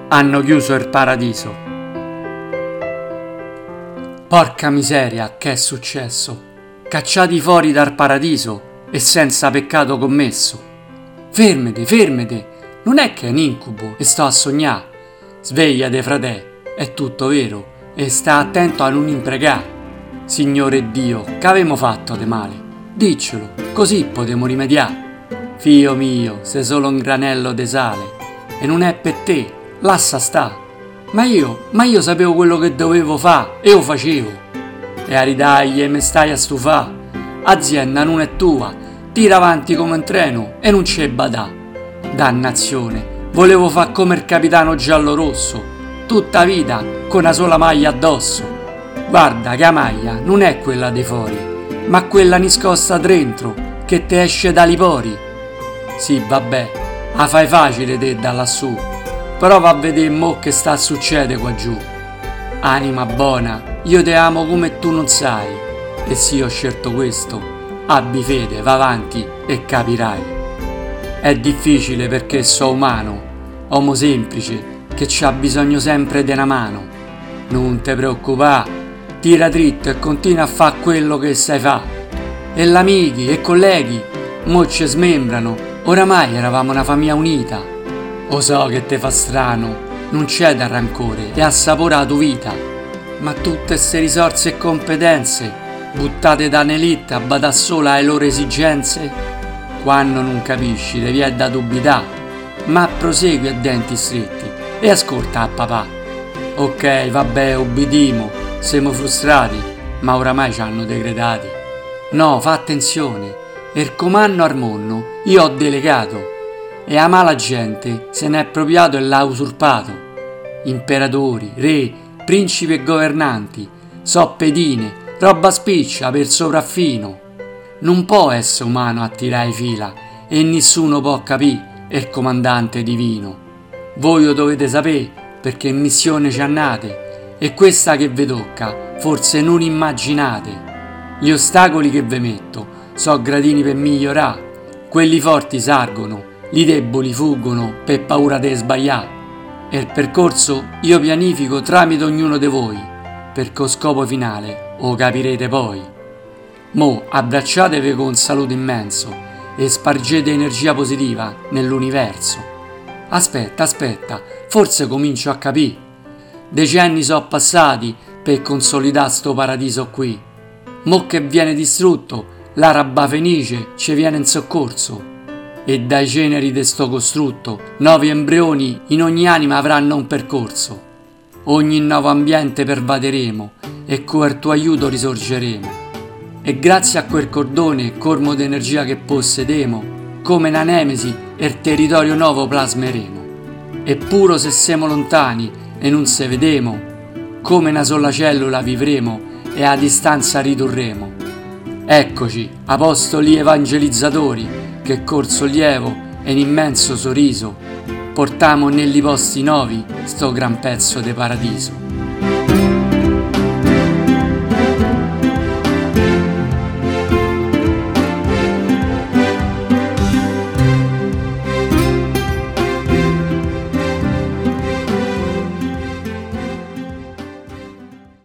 hanno chiuso il paradiso. Porca miseria, che è successo? Cacciati fuori dal paradiso e senza peccato commesso. Fermete, fermete, non è che è un incubo e sto a sognare. Svegliate, frate, è tutto vero e sta attento a non imprecare. Signore Dio, che avemo fatto di male? Diccelo, così potremo rimediare. Fio mio, sei solo un granello de sale e non è per te, lascia sta. Ma io sapevo quello che dovevo fare e lo facevo. E a ridaglie me stai a stufà. Azienda non è tua, tira avanti come un treno e non c'è badà. Dannazione, volevo far come il capitano giallo-rosso, tutta vita con una sola maglia addosso. Guarda che la maglia non è quella dei fori, ma quella nascosta dentro che te esce dai pori. Sì, vabbè, la fai facile te da lassù, però va a vedere mo che sta a succede qua giù. Anima buona, io te amo come tu non sai, e sì, ho scelto questo, abbi fede, va avanti e capirai. È difficile perché so umano, uomo semplice, che c'ha bisogno sempre di una mano. Non te preoccupare, tira dritto e continua a fare quello che sai fa. E l'amici e colleghi, mo ci smembrano, oramai eravamo una famiglia unita. Lo so che te fa strano, non c'è da rancore e assapora la tua vita, ma tutte ste risorse e competenze buttate da un'elite a badà sola alle loro esigenze? Quando non capisci devi è da dubità, ma prosegui a denti stretti e ascolta a papà. Ok, vabbè, obbedimo, siamo frustrati, ma oramai ci hanno degradati. No, fa attenzione, il comando al mondo io ho delegato e a mala gente se n'è appropriato e l'ha usurpato. Imperatori, re, principi e governanti, so pedine, roba spiccia per sopraffino. Non può essere umano a tirare fila e nessuno può capire il comandante divino. Voi lo dovete sapere perché in missione ci annate e questa che vi tocca forse non immaginate. Gli ostacoli che vi metto so gradini per migliorare, quelli forti sargono, i deboli fuggono per paura di sbagliare. E il percorso io pianifico tramite ognuno di voi, perché lo scopo finale lo capirete poi. Mo abbracciatevi con un saluto immenso e spargete energia positiva nell'universo. Aspetta, forse comincio a capire. Decenni sono passati per consolidare sto paradiso qui. Mo che viene distrutto, l'araba fenice ci viene in soccorso. E dai ceneri de sto costrutto, nuovi embrioni in ogni anima avranno un percorso. Ogni nuovo ambiente pervaderemo e con il tuo aiuto risorgeremo. E grazie a quel cordone cormo d'energia che possedemo, come una nemesi il territorio nuovo plasmeremo. E puro se siamo lontani e non se vedemo, come una sola cellula vivremo e a distanza ridurremo. Eccoci, apostoli evangelizzatori, che col sollievo e un immenso sorriso portamo negli posti nuovi sto gran pezzo de paradiso.